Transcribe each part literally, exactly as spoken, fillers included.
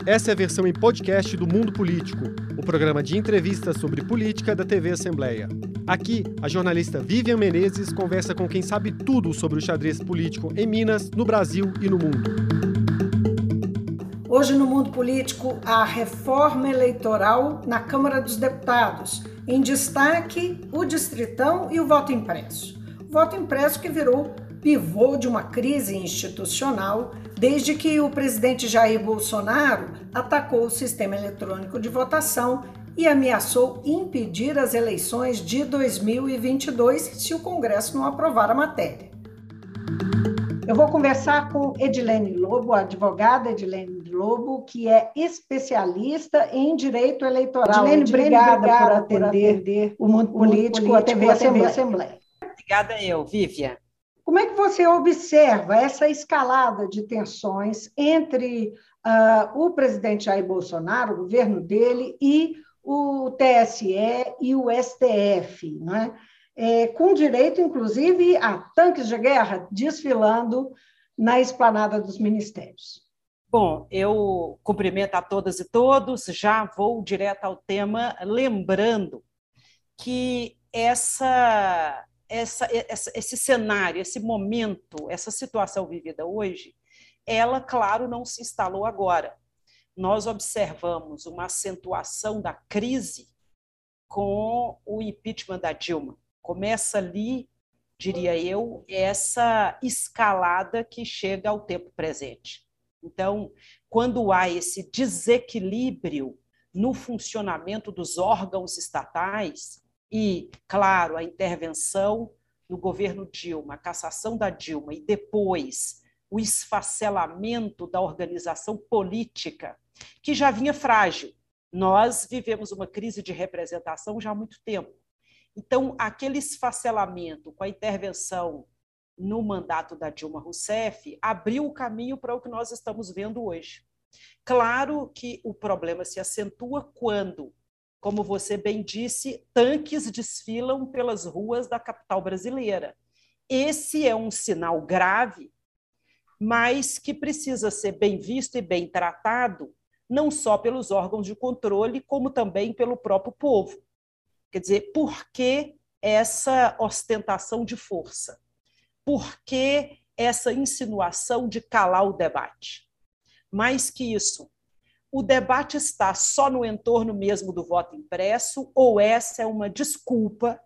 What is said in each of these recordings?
Essa é a versão em podcast do Mundo Político, o programa de entrevistas sobre política da T V Assembleia. Aqui, a jornalista Vivian Menezes conversa com quem sabe tudo sobre o xadrez político em Minas, no Brasil e no mundo. Hoje no Mundo Político, a reforma eleitoral na Câmara dos Deputados. Em destaque, o distritão e o voto impresso. O voto impresso que virou pivô de uma crise institucional desde que o presidente Jair Bolsonaro atacou o sistema eletrônico de votação e ameaçou impedir as eleições de dois mil e vinte e dois se o Congresso não aprovar a matéria. Eu vou conversar com Edilene Lobo, a advogada Edilene Lobo, que é especialista em direito eleitoral. Edilene, obrigada, obrigada por, atender por atender o Mundo Político, a T V Assembleia. Assembleia. Obrigada eu, Vivian. Como é que você observa essa escalada de tensões entre uh, o presidente Jair Bolsonaro, o governo dele, e o T S E e o S T F, não é? É, com direito, inclusive, a tanques de guerra desfilando na esplanada dos ministérios? Bom, eu cumprimento a todas e todos, já vou direto ao tema, lembrando que essa... Essa, essa, esse cenário, esse momento, essa situação vivida hoje, ela, claro, não se instalou agora. Nós observamos uma acentuação da crise com o impeachment da Dilma. Começa ali, diria eu, essa escalada que chega ao tempo presente. Então, quando há esse desequilíbrio no funcionamento dos órgãos estatais, e, claro, a intervenção no governo Dilma, a cassação da Dilma e depois o esfacelamento da organização política, que já vinha frágil. Nós vivemos uma crise de representação já há muito tempo. Então, aquele esfacelamento com a intervenção no mandato da Dilma Rousseff abriu o caminho para o que nós estamos vendo hoje. Claro que o problema se acentua quando, como você bem disse, tanques desfilam pelas ruas da capital brasileira. Esse é um sinal grave, mas que precisa ser bem visto e bem tratado, não só pelos órgãos de controle, como também pelo próprio povo. Quer dizer, por que essa ostentação de força? Por que essa insinuação de calar o debate? Mais que isso, o debate está só no entorno mesmo do voto impresso ou essa é uma desculpa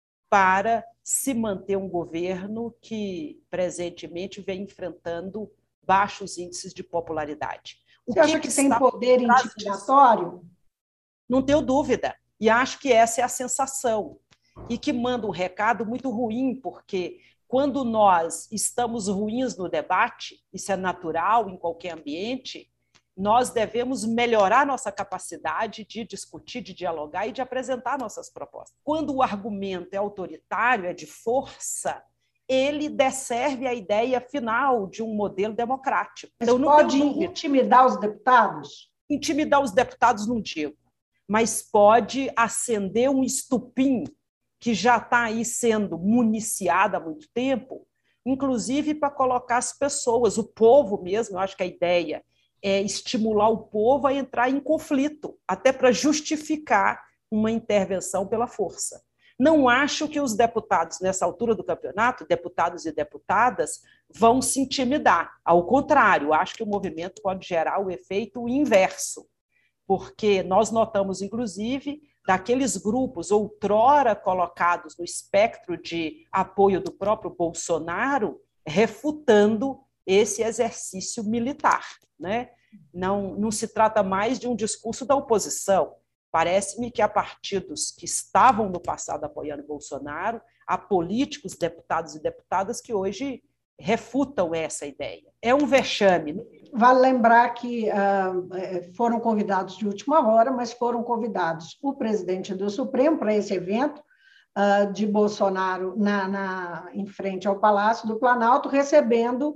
para se manter um governo que presentemente vem enfrentando baixos índices de popularidade? O Você que acha que, que tem poder intimidatório? Não tenho dúvida. E acho que essa é a sensação. E que manda um recado muito ruim, porque quando nós estamos ruins no debate, isso é natural em qualquer ambiente, nós devemos melhorar nossa capacidade de discutir, de dialogar e de apresentar nossas propostas. Quando o argumento é autoritário, é de força, ele desserve a ideia final de um modelo democrático. Mas então, não pode intimidar os deputados? Intimidar os deputados não digo, mas pode acender um estupim que já está aí sendo municiado há muito tempo, inclusive para colocar as pessoas, o povo mesmo, eu acho que a ideia é estimular o povo a entrar em conflito, até para justificar uma intervenção pela força. Não acho que os deputados, nessa altura do campeonato, deputados e deputadas, vão se intimidar. Ao contrário, acho que o movimento pode gerar o efeito inverso, porque nós notamos, inclusive, daqueles grupos outrora colocados no espectro de apoio do próprio Bolsonaro, refutando esse exercício militar, né? Não, não se trata mais de um discurso da oposição. Parece-me que há partidos que estavam no passado apoiando Bolsonaro, há políticos, deputados e deputadas que hoje refutam essa ideia. É um vexame. Vale lembrar que uh, foram convidados de última hora, mas foram convidados o presidente do Supremo para esse evento, Uh, de Bolsonaro na, na, em frente ao Palácio do Planalto, recebendo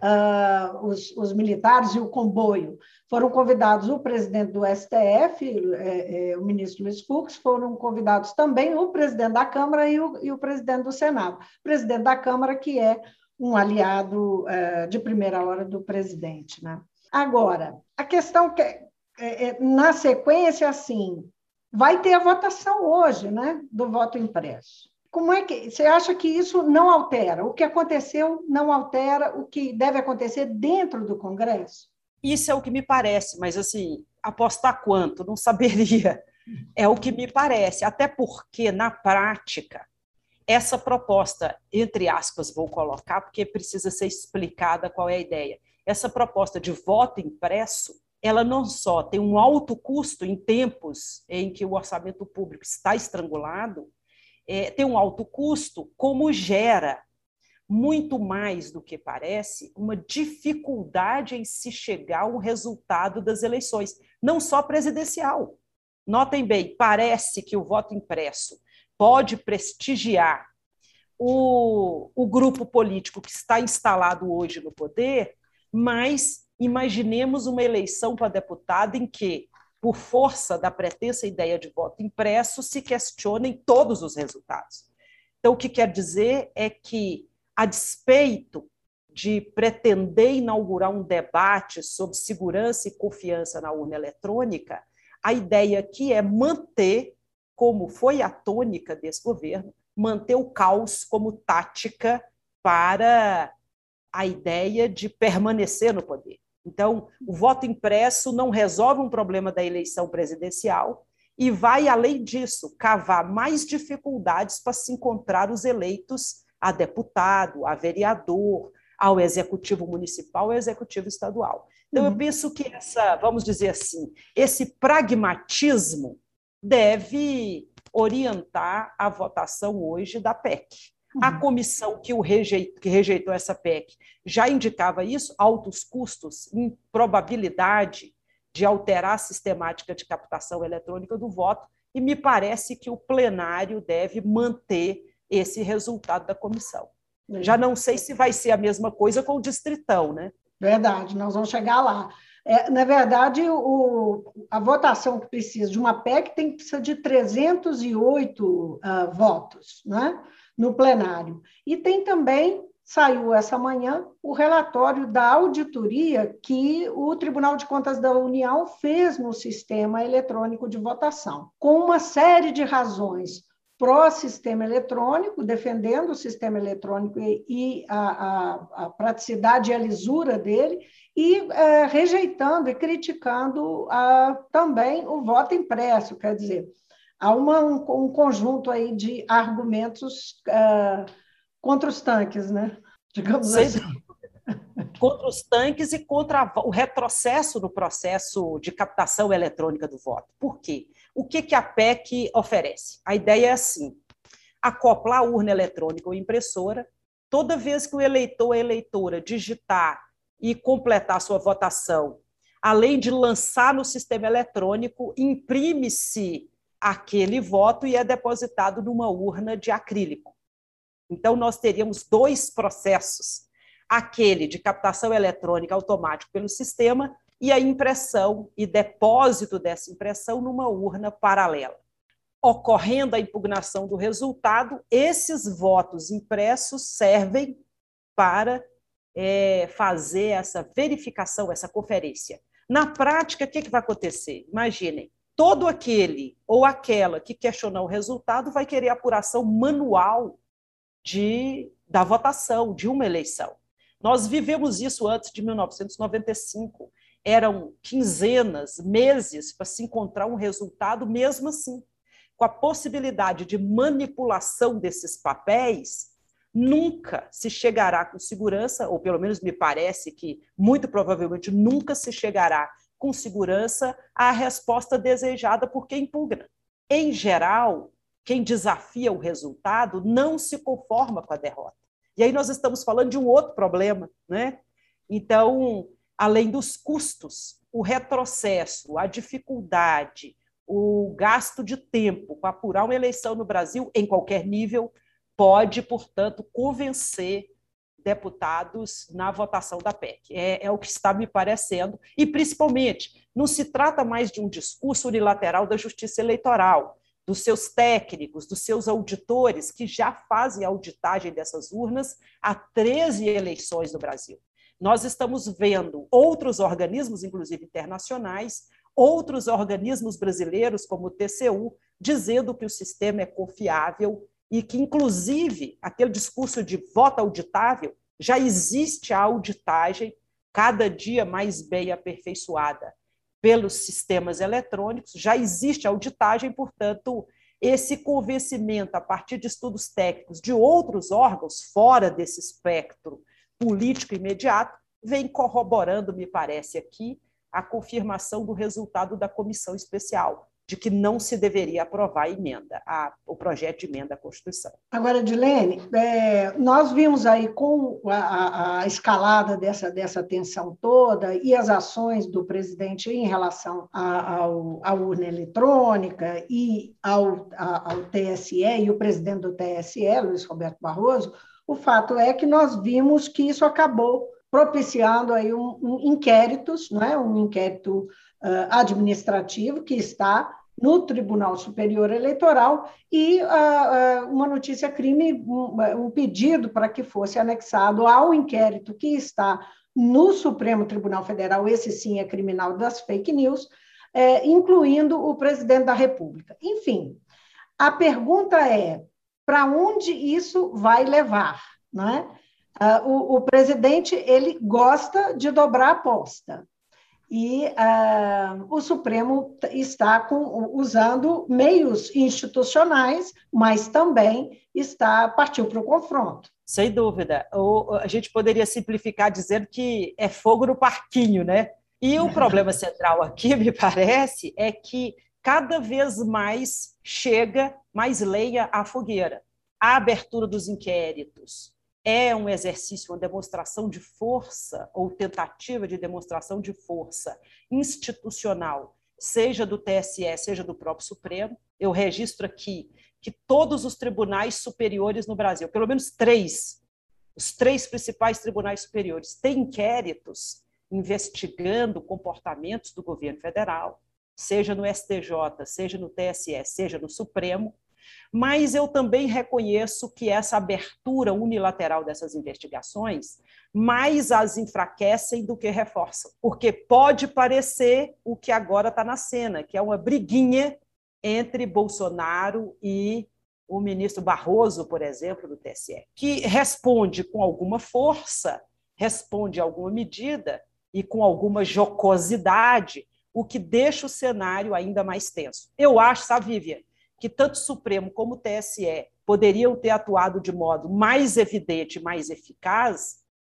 uh, os, os militares e o comboio. Foram convidados o presidente do S T F, é, é, o ministro Luiz Fux, foram convidados também o presidente da Câmara e o, e o presidente do Senado. O presidente da Câmara, que é um aliado uh, de primeira hora do presidente, né? Agora, a questão que é, é, na sequência, assim, vai ter a votação hoje, né, do voto impresso. Como é que você acha que isso não altera? O que aconteceu não altera o que deve acontecer dentro do Congresso? Isso é o que me parece, mas assim, apostar quanto? Não saberia. É o que me parece, até porque, na prática, essa proposta, entre aspas, vou colocar, porque precisa ser explicada qual é a ideia. Essa proposta de voto impresso, ela não só tem um alto custo em tempos em que o orçamento público está estrangulado, é, tem um alto custo, como gera, muito mais do que parece, uma dificuldade em se chegar ao resultado das eleições, não só presidencial. Notem bem, parece que o voto impresso pode prestigiar o, o grupo político que está instalado hoje no poder, mas imaginemos uma eleição para deputado em que, por força da pretensa ideia de voto impresso, se questionem todos os resultados. Então, o que quer dizer é que, a despeito de pretender inaugurar um debate sobre segurança e confiança na urna eletrônica, a ideia aqui é manter, como foi a tônica desse governo, manter o caos como tática para a ideia de permanecer no poder. Então, o voto impresso não resolve um problema da eleição presidencial e vai, além disso, cavar mais dificuldades para se encontrar os eleitos a deputado, a vereador, ao executivo municipal, ao executivo estadual. Então, uhum. eu penso que essa, vamos dizer assim, esse pragmatismo deve orientar a votação hoje da P E C. Uhum. A comissão que, o rejeitou, que rejeitou essa P E C já indicava isso, altos custos, improbabilidade de alterar a sistemática de captação eletrônica do voto, e me parece que o plenário deve manter esse resultado da comissão. É. Já não sei se vai ser a mesma coisa com o distritão, né? Verdade, nós vamos chegar lá. É, na verdade, o, a votação que precisa de uma P E C tem que precisar de trezentos e oito uh, votos, né, no plenário. E tem também, saiu essa manhã, o relatório da auditoria que o Tribunal de Contas da União fez no sistema eletrônico de votação, com uma série de razões pró-sistema eletrônico, defendendo o sistema eletrônico e, e a, a, a praticidade e a lisura dele, e é, rejeitando e criticando a, também o voto impresso, quer dizer, há uma, um, um conjunto aí de argumentos é, contra os tanques, né? Digamos Sei, assim. Contra os tanques e contra o retrocesso no processo de captação eletrônica do voto. Por quê? O que, que a P E C oferece? A ideia é assim, acoplar a urna eletrônica ou impressora, toda vez que o eleitor ou a eleitora digitar e completar sua votação, além de lançar no sistema eletrônico, imprime-se aquele voto e é depositado numa urna de acrílico. Então, nós teríamos dois processos, aquele de captação eletrônica automática pelo sistema e a impressão e depósito dessa impressão numa urna paralela. Ocorrendo a impugnação do resultado, esses votos impressos servem para é, fazer essa verificação, essa conferência. Na prática, o que, que vai acontecer? Imaginem, todo aquele ou aquela que questionar o resultado vai querer apuração manual de, da votação, de uma eleição. Nós vivemos isso antes de mil novecentos e noventa e cinco. Eram quinzenas, meses para se encontrar um resultado, mesmo assim. Com a possibilidade de manipulação desses papéis, nunca se chegará com segurança, ou pelo menos me parece que muito provavelmente nunca se chegará com segurança à resposta desejada por quem impugna. Em geral, quem desafia o resultado não se conforma com a derrota. E aí nós estamos falando de um outro problema, né? Então, além dos custos, o retrocesso, a dificuldade, o gasto de tempo para apurar uma eleição no Brasil, em qualquer nível, pode, portanto, convencer deputados na votação da P E C. É, é o que está me parecendo. E, principalmente, não se trata mais de um discurso unilateral da Justiça Eleitoral, dos seus técnicos, dos seus auditores, que já fazem a auditagem dessas urnas há treze eleições no Brasil. Nós estamos vendo outros organismos, inclusive internacionais, outros organismos brasileiros, como o T C U, dizendo que o sistema é confiável e que, inclusive, aquele discurso de voto auditável, já existe a auditagem cada dia mais bem aperfeiçoada pelos sistemas eletrônicos, já existe a auditagem, portanto, esse convencimento a partir de estudos técnicos de outros órgãos fora desse espectro político imediato vem corroborando, me parece aqui, a confirmação do resultado da comissão especial, de que não se deveria aprovar a emenda, a, o projeto de emenda à Constituição. Agora, Edilene, é, nós vimos aí com a, a, a escalada dessa, dessa tensão toda e as ações do presidente em relação a, ao, à urna eletrônica e ao, a, ao T S E e o presidente do T S E, Luiz Roberto Barroso, o fato é que nós vimos que isso acabou propiciando aí um, um inquéritos, não é? Um inquérito uh, administrativo que está no Tribunal Superior Eleitoral e uh, uh, uma notícia crime, um, um pedido para que fosse anexado ao inquérito que está no Supremo Tribunal Federal, esse sim é criminal das fake news, é, incluindo o presidente da República. Enfim, a pergunta é, para onde isso vai levar, não é? Uh, o, o presidente ele gosta de dobrar a aposta e uh, o Supremo está com, usando meios institucionais, mas também está partiu para o confronto. Sem dúvida. Ou a gente poderia simplificar dizendo que é fogo no parquinho, né? E o problema central aqui, me parece, é que cada vez mais chega mais lenha à fogueira. A abertura dos inquéritos é um exercício, uma demonstração de força ou tentativa de demonstração de força institucional, seja do T S E, seja do próprio Supremo. Eu registro aqui que todos os tribunais superiores no Brasil, pelo menos três, os três principais tribunais superiores, têm inquéritos investigando comportamentos do governo federal, seja no S T J, seja no T S E, seja no Supremo. Mas eu também reconheço que essa abertura unilateral dessas investigações mais as enfraquecem do que reforçam, porque pode parecer o que agora está na cena, que é uma briguinha entre Bolsonaro e o ministro Barroso, por exemplo, do T S E, que responde com alguma força, responde a alguma medida e com alguma jocosidade, o que deixa o cenário ainda mais tenso. Eu acho, sabe, Vivian, que tanto o Supremo como o T S E poderiam ter atuado de modo mais evidente, mais eficaz,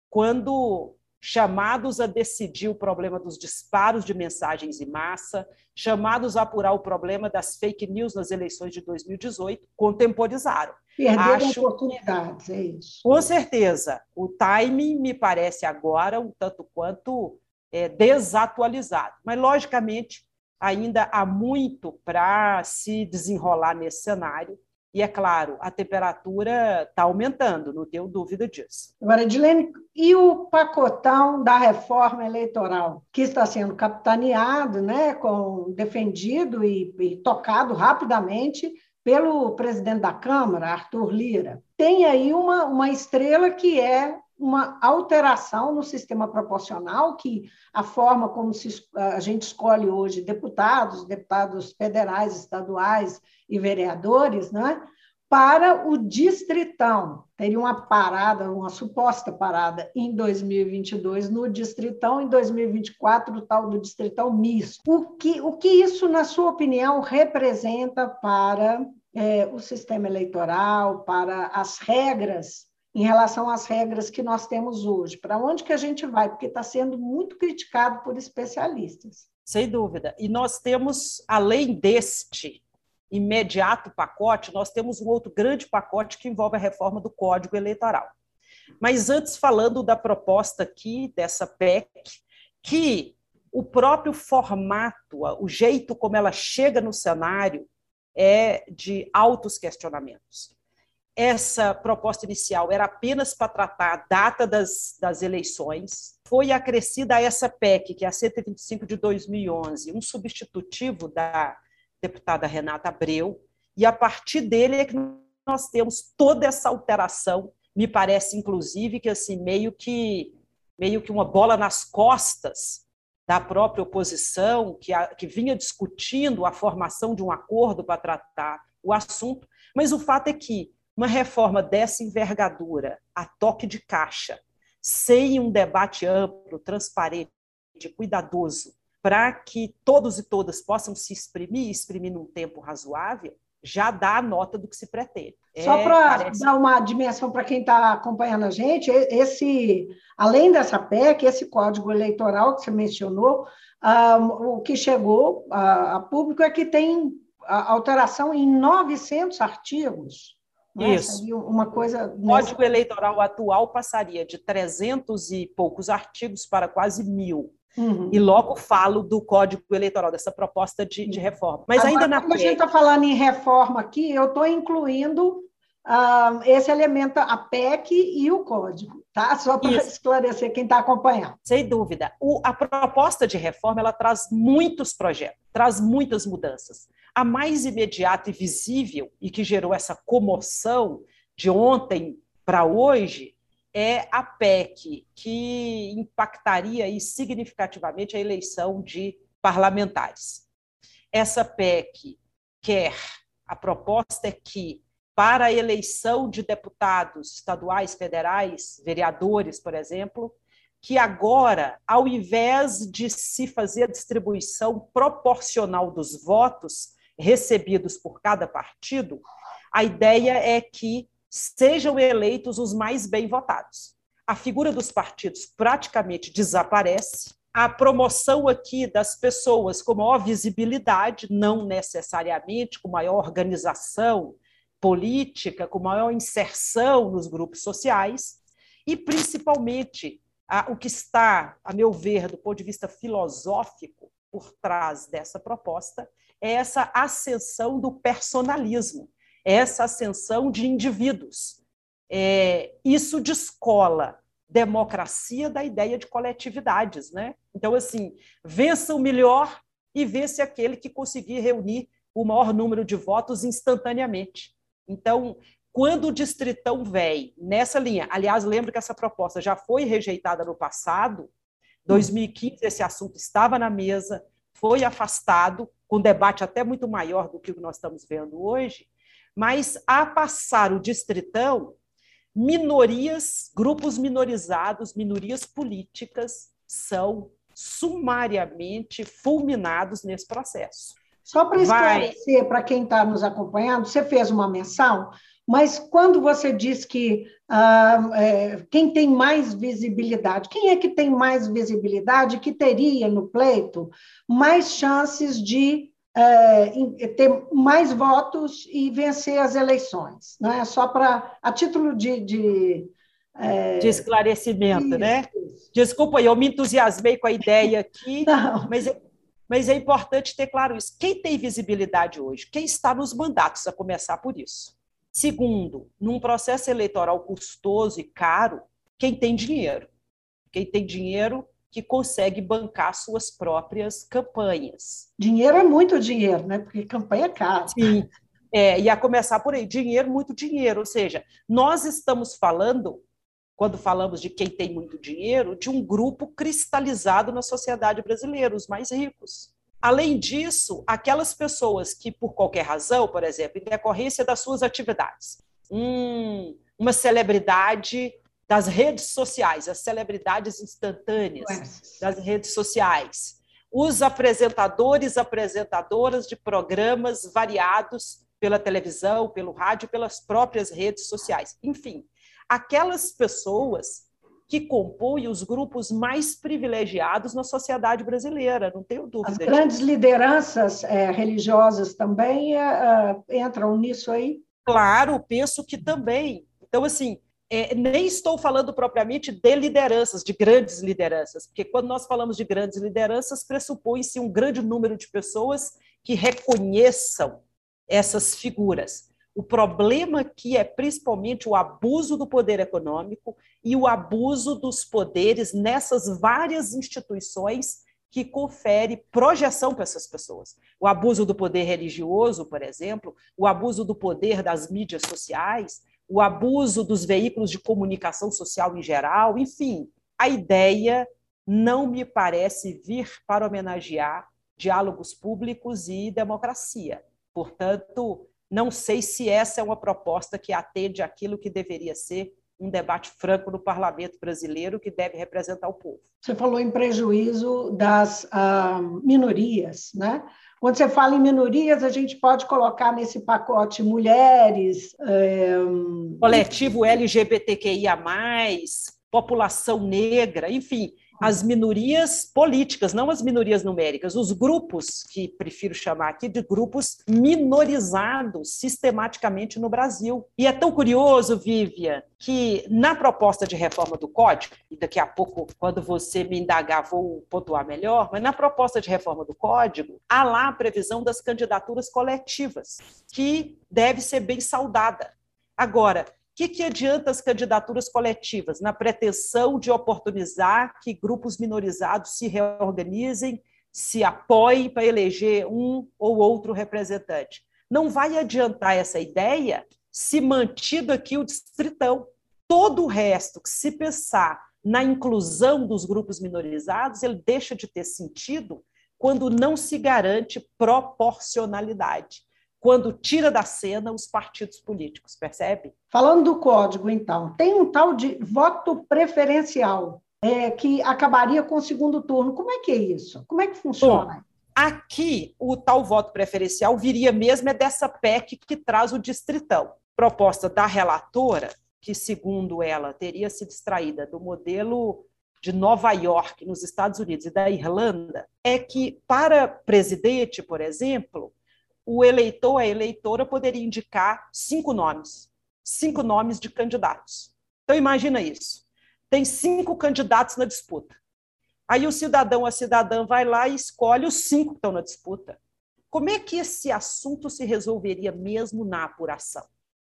quando chamados a decidir o problema dos disparos de mensagens em massa, chamados a apurar o problema das fake news nas eleições de dois mil e dezoito, contemporizaram. Perderam oportunidades, é isso. Com certeza. O timing me parece agora um tanto quanto é, desatualizado. Mas, logicamente, ainda há muito para se desenrolar nesse cenário. E, é claro, a temperatura está aumentando, não tenho dúvida disso. Agora, Edilene, e o pacotão da reforma eleitoral, que está sendo capitaneado, né, com, defendido e, e tocado rapidamente pelo presidente da Câmara, Arthur Lira? Tem aí uma, uma estrela que é uma alteração no sistema proporcional, que a forma como se, a gente escolhe hoje deputados, deputados federais, estaduais e vereadores, né, para o distritão. Teria uma parada, uma suposta parada em dois mil e vinte e dois no distritão, em dois mil e vinte e quatro o tal do distritão misto. O que, o que isso, na sua opinião, representa para é, o sistema eleitoral, para as regras, em relação às regras que nós temos hoje? Para onde que a gente vai? Porque está sendo muito criticado por especialistas. Sem dúvida. E nós temos, além deste imediato pacote, nós temos um outro grande pacote que envolve a reforma do Código Eleitoral. Mas antes, falando da proposta aqui, dessa P E C, que o próprio formato, o jeito como ela chega no cenário é de altos questionamentos. Essa proposta inicial era apenas para tratar a data das, das eleições, foi acrescida a essa P E C, que é a cento e vinte e cinco de dois mil e onze, um substitutivo da deputada Renata Abreu, e a partir dele é que nós temos toda essa alteração, me parece, inclusive, que assim, meio que, meio que uma bola nas costas da própria oposição, que, a, que vinha discutindo a formação de um acordo para tratar o assunto, mas o fato é que uma reforma dessa envergadura, a toque de caixa, sem um debate amplo, transparente, cuidadoso, para que todos e todas possam se exprimir, exprimir num tempo razoável, já dá a nota do que se pretende. Só é, para parece... dar uma dimensão para quem está acompanhando a gente, esse, além dessa P E C, esse Código Eleitoral que você mencionou, um, o que chegou a, a público é que tem a alteração em novecentos artigos. Né? Isso. Seria uma coisa... O Código Eleitoral atual passaria de trezentos e poucos artigos para quase mil. Uhum. E logo falo do Código Eleitoral, dessa proposta de, de reforma. Mas agora, ainda na quando P E C... a gente está falando em reforma aqui, eu estou incluindo uh, esse elemento, a P E C e o Código, tá? Só para esclarecer quem está acompanhando. Sem dúvida. O, a proposta de reforma ela traz muitos projetos, traz muitas mudanças. A mais imediata e visível, e que gerou essa comoção de ontem para hoje, é a P E C, que impactaria aí significativamente a eleição de parlamentares. Essa P E C quer, a proposta é que, para a eleição de deputados estaduais, federais, vereadores, por exemplo, que agora, ao invés de se fazer a distribuição proporcional dos votos recebidos por cada partido, a ideia é que sejam eleitos os mais bem votados. A figura dos partidos praticamente desaparece. A promoção aqui das pessoas com maior visibilidade, não necessariamente com maior organização política, com maior inserção nos grupos sociais, e principalmente a, o que está, a meu ver, do ponto de vista filosófico, por trás dessa proposta, é essa ascensão do personalismo, essa ascensão de indivíduos. É, isso descola democracia da ideia de coletividades, né? Então, assim, vença o melhor e vence aquele que conseguir reunir o maior número de votos instantaneamente. Então, quando o Distritão vem nessa linha, aliás, lembro que essa proposta já foi rejeitada no passado, em dois mil e quinze esse assunto estava na mesa, foi afastado, com debate até muito maior do que o que nós estamos vendo hoje, mas, a passar o Distritão, minorias, grupos minorizados, minorias políticas são sumariamente fulminados nesse processo. Só para esclarecer para quem está nos acompanhando, você fez uma menção, mas quando você diz que ah, é, quem tem mais visibilidade, quem é que tem mais visibilidade que teria no pleito mais chances de É, ter mais votos e vencer as eleições, não é? Só para, a título de... De, é... de esclarecimento, isso, né? Isso. Desculpa, eu me entusiasmei com a ideia aqui, mas é, mas é importante ter claro isso. Quem tem visibilidade hoje? Quem está nos mandatos, a começar por isso. Segundo, num processo eleitoral custoso e caro, quem tem dinheiro. Quem tem dinheiro... que consegue bancar suas próprias campanhas. Dinheiro é muito dinheiro, né? Porque campanha é cara. Sim, é, e a começar por aí, dinheiro, muito dinheiro. Ou seja, nós estamos falando, quando falamos de quem tem muito dinheiro, de um grupo cristalizado na sociedade brasileira, os mais ricos. Além disso, aquelas pessoas que, por qualquer razão, por exemplo, em decorrência das suas atividades, hum, uma celebridade das redes sociais, as celebridades instantâneas Ué. das redes sociais, os apresentadores, apresentadoras de programas variados pela televisão, pelo rádio, pelas próprias redes sociais. Enfim, aquelas pessoas que compõem os grupos mais privilegiados na sociedade brasileira, não tenho dúvida. As grandes disso. lideranças é, religiosas também é, entram nisso aí? Claro, penso que também. Então, assim, É, nem estou falando propriamente de lideranças, de grandes lideranças, porque quando nós falamos de grandes lideranças, pressupõe-se um grande número de pessoas que reconheçam essas figuras. O problema aqui é principalmente o abuso do poder econômico e o abuso dos poderes nessas várias instituições que confere projeção para essas pessoas. O abuso do poder religioso, por exemplo, o abuso do poder das mídias sociais, o abuso dos veículos de comunicação social em geral, enfim, a ideia não me parece vir para homenagear diálogos públicos e democracia. Portanto, não sei se essa é uma proposta que atende àquilo que deveria ser um debate franco no parlamento brasileiro, que deve representar o povo. Você falou em prejuízo das ah, minorias, né? Quando você fala em minorias, a gente pode colocar nesse pacote mulheres... É... coletivo L G B T Q I A mais, população negra, enfim, as minorias políticas, não as minorias numéricas, os grupos, que prefiro chamar aqui de grupos minorizados sistematicamente no Brasil. E é tão curioso, Vivian, que na proposta de reforma do Código, e daqui a pouco, quando você me indagar, vou pontuar melhor, mas na proposta de reforma do Código, há lá a previsão das candidaturas coletivas, que deve ser bem saudada. Agora, o que, que adianta as candidaturas coletivas na pretensão de oportunizar que grupos minorizados se reorganizem, se apoiem para eleger um ou outro representante? Não vai adiantar essa ideia se mantido aqui o distritão. Todo o resto, que se pensar na inclusão dos grupos minorizados, ele deixa de ter sentido quando não se garante proporcionalidade, quando tira da cena os partidos políticos, percebe? Falando do Código, então, tem um tal de voto preferencial, é, que acabaria com o segundo turno. Como é que é isso? Como é que funciona? Bom, aqui, o tal voto preferencial viria mesmo é dessa P E C que traz o distritão. Proposta da relatora, que, segundo ela, teria se distraída do modelo de Nova York, nos Estados Unidos, e da Irlanda, é que, para presidente, por exemplo, o eleitor, a eleitora, poderia indicar cinco nomes, cinco nomes de candidatos. Então, imagina isso. Tem cinco candidatos na disputa. Aí o cidadão, a cidadã vai lá e escolhe os cinco que estão na disputa. Como é que esse assunto se resolveria mesmo na apuração?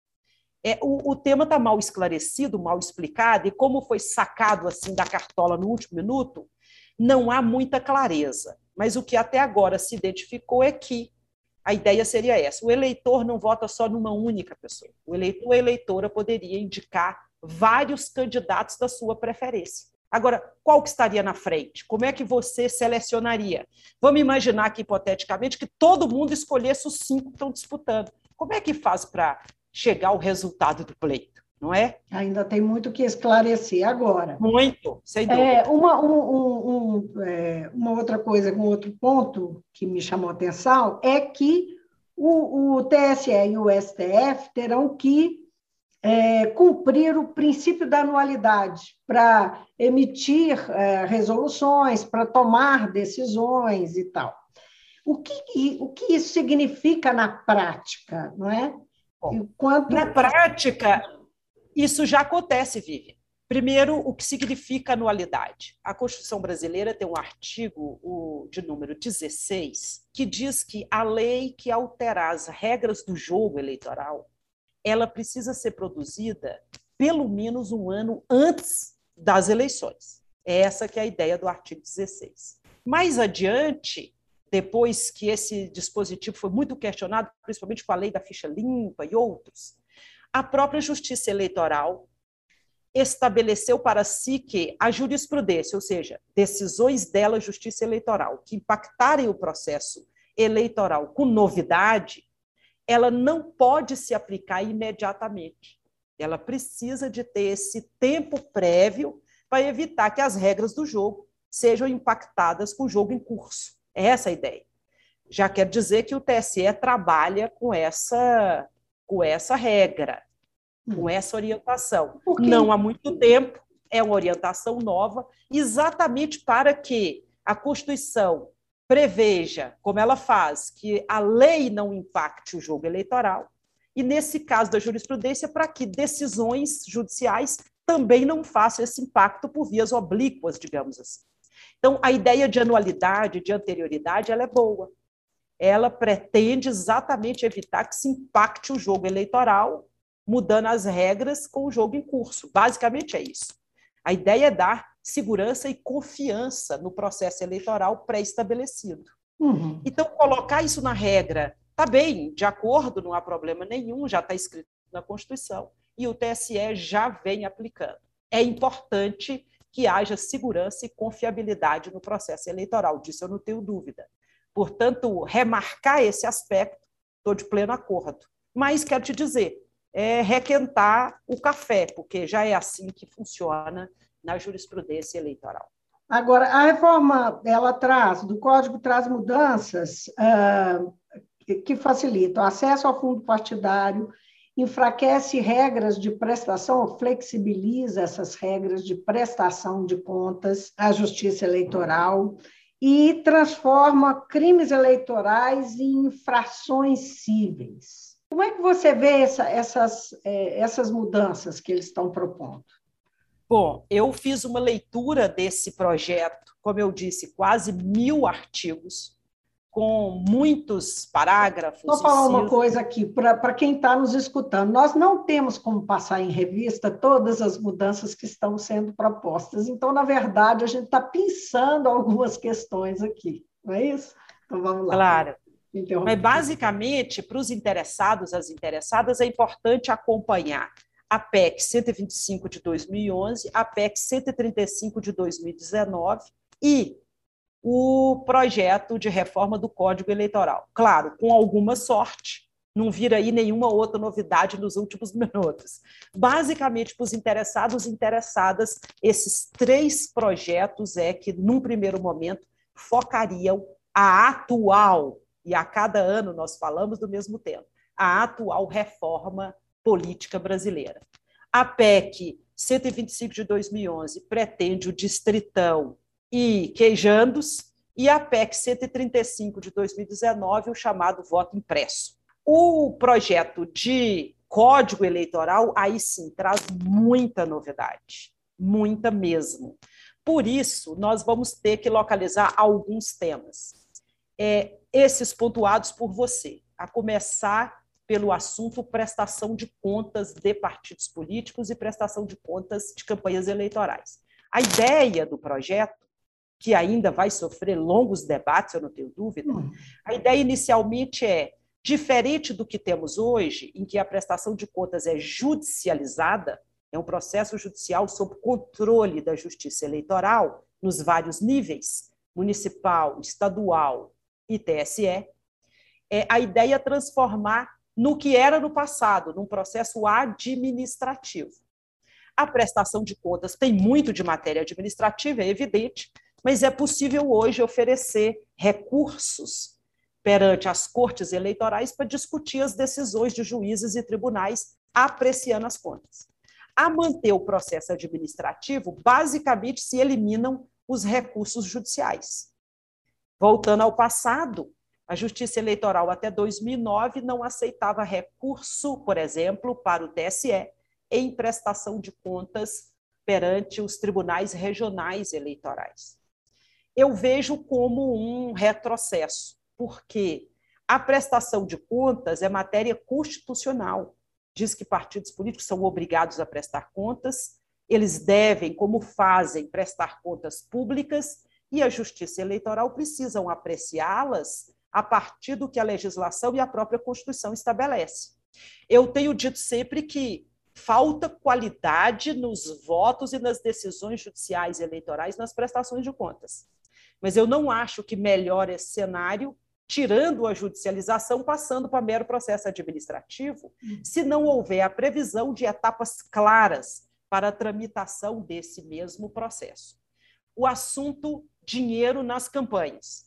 É, o, o tema está mal esclarecido, mal explicado, e como foi sacado assim da cartola no último minuto, não há muita clareza. Mas o que até agora se identificou é que a ideia seria essa: o eleitor não vota só numa única pessoa. O eleitor ou a eleitora poderia indicar vários candidatos da sua preferência. Agora, qual que estaria na frente? Como é que você selecionaria? Vamos imaginar aqui, hipoteticamente, que todo mundo escolhesse os cinco que estão disputando. Como é que faz para chegar ao resultado do pleito? Não é? Ainda tem muito que esclarecer agora. Muito, sem dúvida. É, uma, um, um, um, é, uma outra coisa, um outro ponto que me chamou a atenção é que o, o T S E e o S T F terão que é, cumprir o princípio da anualidade para emitir é, resoluções, para tomar decisões e tal. O que, o que isso significa na prática, não é? Bom, Enquanto... Na prática, isso já acontece, Vivian. Primeiro, o que significa anualidade? A Constituição brasileira tem um artigo, o de número dezesseis, que diz que a lei que alterar as regras do jogo eleitoral, ela precisa ser produzida pelo menos um ano antes das eleições. Essa que é a ideia do artigo dezesseis. Mais adiante, depois que esse dispositivo foi muito questionado, principalmente com a lei da ficha limpa e outros, a própria Justiça Eleitoral estabeleceu para si que a jurisprudência, ou seja, decisões dela, Justiça Eleitoral, que impactarem o processo eleitoral com novidade, ela não pode se aplicar imediatamente. Ela precisa de ter esse tempo prévio para evitar que as regras do jogo sejam impactadas com o jogo em curso. É essa a ideia. Já quer dizer que o T S E trabalha com essa, com essa regra, com essa orientação. Não há muito tempo, é uma orientação nova, exatamente para que a Constituição preveja, como ela faz, que a lei não impacte o jogo eleitoral, e, nesse caso da jurisprudência, para que decisões judiciais também não façam esse impacto por vias oblíquas, digamos assim. Então, a ideia de anualidade, de anterioridade, ela é boa. Ela pretende exatamente evitar que se impacte o jogo eleitoral, mudando as regras com o jogo em curso. Basicamente é isso. A ideia é dar segurança e confiança no processo eleitoral pré-estabelecido. Uhum. Então, colocar isso na regra, está bem, de acordo, não há problema nenhum, já está escrito na Constituição, e o T S E já vem aplicando. É importante que haja segurança e confiabilidade no processo eleitoral. Disso eu não tenho dúvida. Portanto, remarcar esse aspecto, estou de pleno acordo. Mas quero te dizer, é requentar o café, porque já é assim que funciona na jurisprudência eleitoral. Agora, a reforma, ela traz, do Código traz mudanças uh, que facilitam o acesso ao fundo partidário, enfraquece regras de prestação, flexibiliza essas regras de prestação de contas à Justiça Eleitoral e transforma crimes eleitorais em infrações cíveis. Como é que você vê essa, essas, essas mudanças que eles estão propondo? Bom, eu fiz uma leitura desse projeto, como eu disse, quase mil artigos, com muitos parágrafos. Vou falar uma coisa aqui, para quem está nos escutando. Nós não temos como passar em revista todas as mudanças que estão sendo propostas. Então, na verdade, a gente está pensando algumas questões aqui, não é isso? Então, vamos lá. Claro. Mas, basicamente, para os interessados, as interessadas, é importante acompanhar a P E C cento e vinte e cinco de dois mil e onze, a P E C cento e trinta e cinco de dois mil e dezenove e o projeto de reforma do Código Eleitoral. Claro, com alguma sorte, não vira aí nenhuma outra novidade nos últimos minutos. Basicamente, para os interessados e interessadas, esses três projetos é que, num primeiro momento, focariam a atual, e a cada ano nós falamos do mesmo tema, a atual reforma política brasileira. A P E C cento e vinte e cinco de dois mil e onze pretende o distritão e queijandos, e a P E C cento e trinta e cinco de dois mil e dezenove, o chamado voto impresso. O projeto de Código Eleitoral, aí sim, traz muita novidade, muita mesmo. Por isso, nós vamos ter que localizar alguns temas, é, esses pontuados por você, a começar pelo assunto prestação de contas de partidos políticos e prestação de contas de campanhas eleitorais. A ideia do projeto, que ainda vai sofrer longos debates, eu não tenho dúvida, a ideia inicialmente é, diferente do que temos hoje, em que a prestação de contas é judicializada, é um processo judicial sob controle da Justiça Eleitoral, nos vários níveis, municipal, estadual e T S E, é a ideia é transformar no que era no passado, num processo administrativo. A prestação de contas tem muito de matéria administrativa, é evidente, mas é possível hoje oferecer recursos perante as cortes eleitorais para discutir as decisões de juízes e tribunais apreciando as contas. A manter o processo administrativo, basicamente se eliminam os recursos judiciais. Voltando ao passado, a Justiça Eleitoral até dois mil e nove não aceitava recurso, por exemplo, para o T S E em prestação de contas perante os tribunais regionais eleitorais. Eu vejo como um retrocesso, porque a prestação de contas é matéria constitucional. Diz que partidos políticos são obrigados a prestar contas, eles devem, como fazem, prestar contas públicas, e a Justiça Eleitoral precisam apreciá-las a partir do que a legislação e a própria Constituição estabelece. Eu tenho dito sempre que falta qualidade nos votos e nas decisões judiciais e eleitorais nas prestações de contas. Mas eu não acho que melhore esse cenário tirando a judicialização, passando para mero processo administrativo, se não houver a previsão de etapas claras para a tramitação desse mesmo processo. O assunto dinheiro nas campanhas.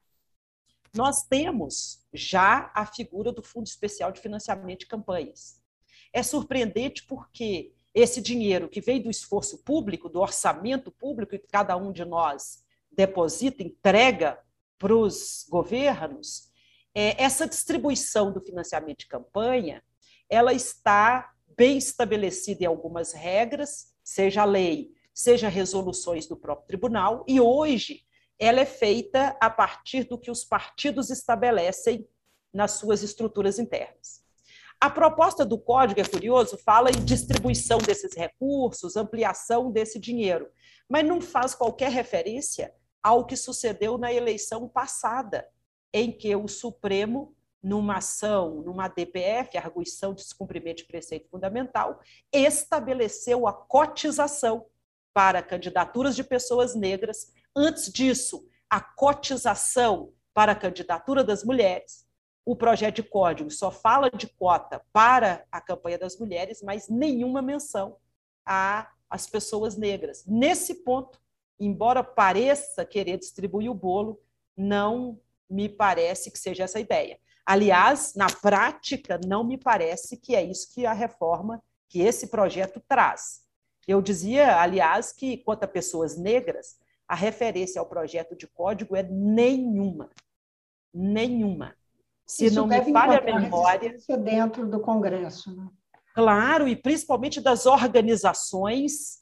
Nós temos já a figura do Fundo Especial de Financiamento de Campanhas. É surpreendente porque esse dinheiro que vem do esforço público, do orçamento público, que cada um de nós deposita, entrega para os governos, é, essa distribuição do financiamento de campanha, ela está bem estabelecida em algumas regras, seja a lei, seja resoluções do próprio tribunal, e hoje ela é feita a partir do que os partidos estabelecem nas suas estruturas internas. A proposta do Código, é curioso, fala em distribuição desses recursos, ampliação desse dinheiro, mas não faz qualquer referência ao que sucedeu na eleição passada, em que o Supremo, numa ação, numa D P F, arguição de descumprimento de preceito fundamental, estabeleceu a cotização para candidaturas de pessoas negras. Antes disso, a cotização para a candidatura das mulheres. O projeto de código só fala de cota para a campanha das mulheres, mas nenhuma menção às pessoas negras. Nesse ponto, embora pareça querer distribuir o bolo, não me parece que seja essa a ideia. Aliás, na prática, não me parece que é isso que a reforma, que esse projeto traz. Eu dizia, aliás, que quanto a pessoas negras, a referência ao projeto de código é nenhuma. Nenhuma. Se isso não me falha a memória... dentro do Congresso, né? Claro, e principalmente das organizações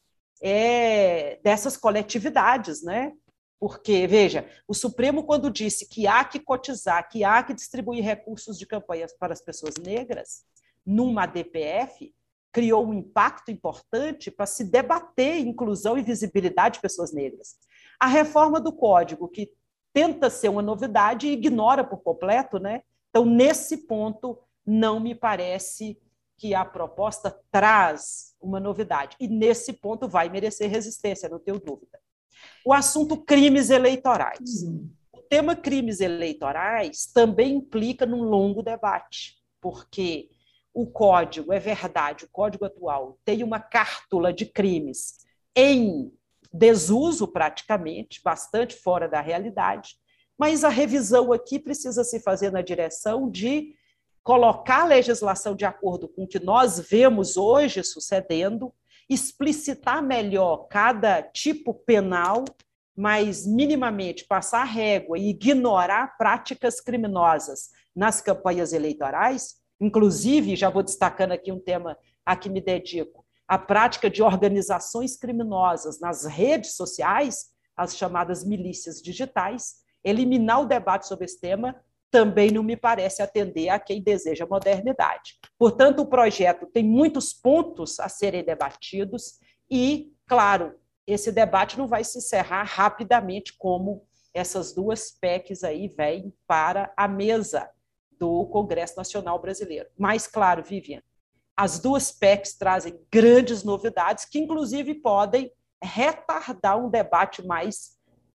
é, dessas coletividades, né? Porque, veja, o Supremo, quando disse que há que cotizar, que há que distribuir recursos de campanhas para as pessoas negras, numa D P F, criou um impacto importante para se debater inclusão e visibilidade de pessoas negras. A reforma do Código, que tenta ser uma novidade e ignora por completo, né? Então, nesse ponto, não me parece que a proposta traz uma novidade. E, nesse ponto, vai merecer resistência, não tenho dúvida. O assunto crimes eleitorais. Uhum. O tema crimes eleitorais também implica num longo debate, porque o código, é verdade, o código atual tem uma cártula de crimes em desuso praticamente, bastante fora da realidade, mas a revisão aqui precisa se fazer na direção de colocar a legislação de acordo com o que nós vemos hoje sucedendo, explicitar melhor cada tipo penal, mas minimamente passar a régua e ignorar práticas criminosas nas campanhas eleitorais, inclusive, já vou destacando aqui um tema a que me dedico, a prática de organizações criminosas nas redes sociais, as chamadas milícias digitais, eliminar o debate sobre esse tema também não me parece atender a quem deseja modernidade. Portanto, o projeto tem muitos pontos a serem debatidos e, claro, esse debate não vai se encerrar rapidamente como essas duas P E Cs aí vêm para a mesa do Congresso Nacional Brasileiro. Mas, claro, Vivian, as duas P E Cs trazem grandes novidades que, inclusive, podem retardar um debate mais,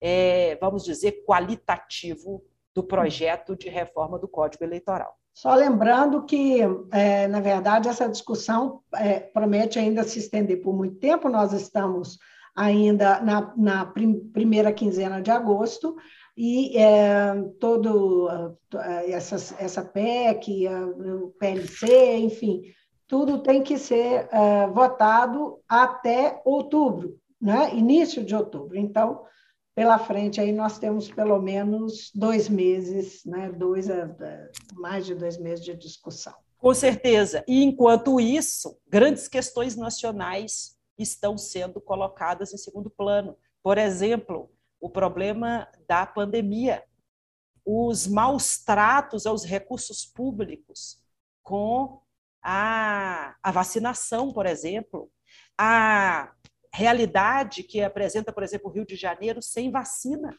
é, vamos dizer, qualitativo do projeto de reforma do Código Eleitoral. Só lembrando que, é, na verdade, essa discussão é, promete ainda se estender por muito tempo. Nós estamos ainda na, na prim, primeira quinzena de agosto, e é, todo essa, essa P E C, o P L C, enfim, tudo tem que ser é, votado até outubro, né? Início de outubro. Então, pela frente, aí nós temos pelo menos dois meses, né? dois, mais de dois meses de discussão. Com certeza. E, enquanto isso, grandes questões nacionais estão sendo colocadas em segundo plano. Por exemplo, o problema da pandemia, os maus tratos aos recursos públicos com a, a vacinação, por exemplo, a realidade que apresenta, por exemplo, o Rio de Janeiro sem vacina.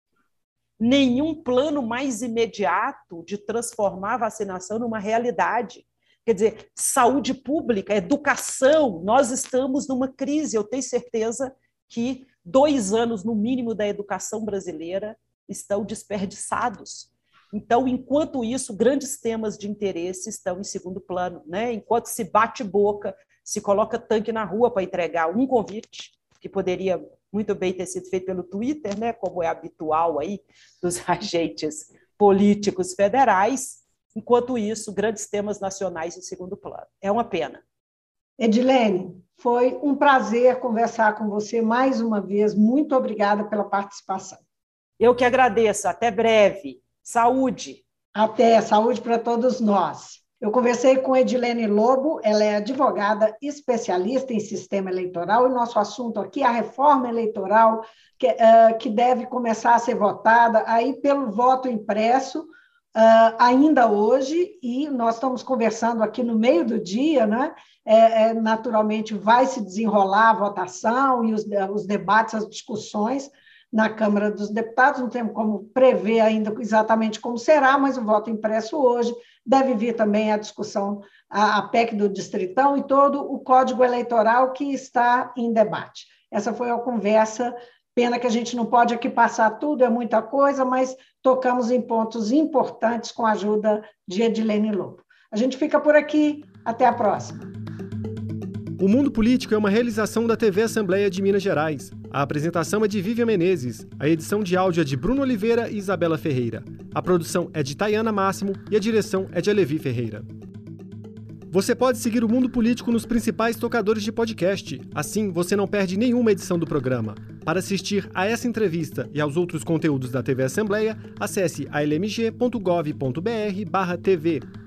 Nenhum plano mais imediato de transformar a vacinação numa realidade. Quer dizer, saúde pública, educação, nós estamos numa crise. Eu tenho certeza que dois anos, no mínimo, da educação brasileira estão desperdiçados. Então, enquanto isso, grandes temas de interesse estão em segundo plano, né? Enquanto se bate boca, se coloca tanque na rua para entregar um convite, que poderia muito bem ter sido feito pelo Twitter, né? Como é habitual aí dos agentes políticos federais. Enquanto isso, grandes temas nacionais em segundo plano. É uma pena. Edilene, foi um prazer conversar com você mais uma vez. Muito obrigada pela participação. Eu que agradeço. Até breve. Saúde. Até. Saúde para todos nós. Eu conversei com Edilene Lobo, ela é advogada especialista em sistema eleitoral, e nosso assunto aqui é a reforma eleitoral, que, uh, que deve começar a ser votada aí pelo voto impresso, uh, ainda hoje, e nós estamos conversando aqui no meio do dia, né? É, é, naturalmente vai se desenrolar a votação e os, os debates, as discussões na Câmara dos Deputados, não temos como prever ainda exatamente como será, mas o voto impresso hoje deve vir também a discussão, a, a P E C do Distritão e todo o Código Eleitoral que está em debate. Essa foi a conversa. Pena que a gente não pode aqui passar tudo, é muita coisa, mas tocamos em pontos importantes com a ajuda de Edilene Lobo. A gente fica por aqui. Até a próxima. O Mundo Político é uma realização da T V Assembleia de Minas Gerais. A apresentação é de Vivian Menezes, a edição de áudio é de Bruno Oliveira e Isabela Ferreira. A produção é de Tayana Máximo e a direção é de Alevi Ferreira. Você pode seguir o Mundo Político nos principais tocadores de podcast. Assim, você não perde nenhuma edição do programa. Para assistir a essa entrevista e aos outros conteúdos da T V Assembleia, acesse a l m g ponto gov ponto b r barra T V.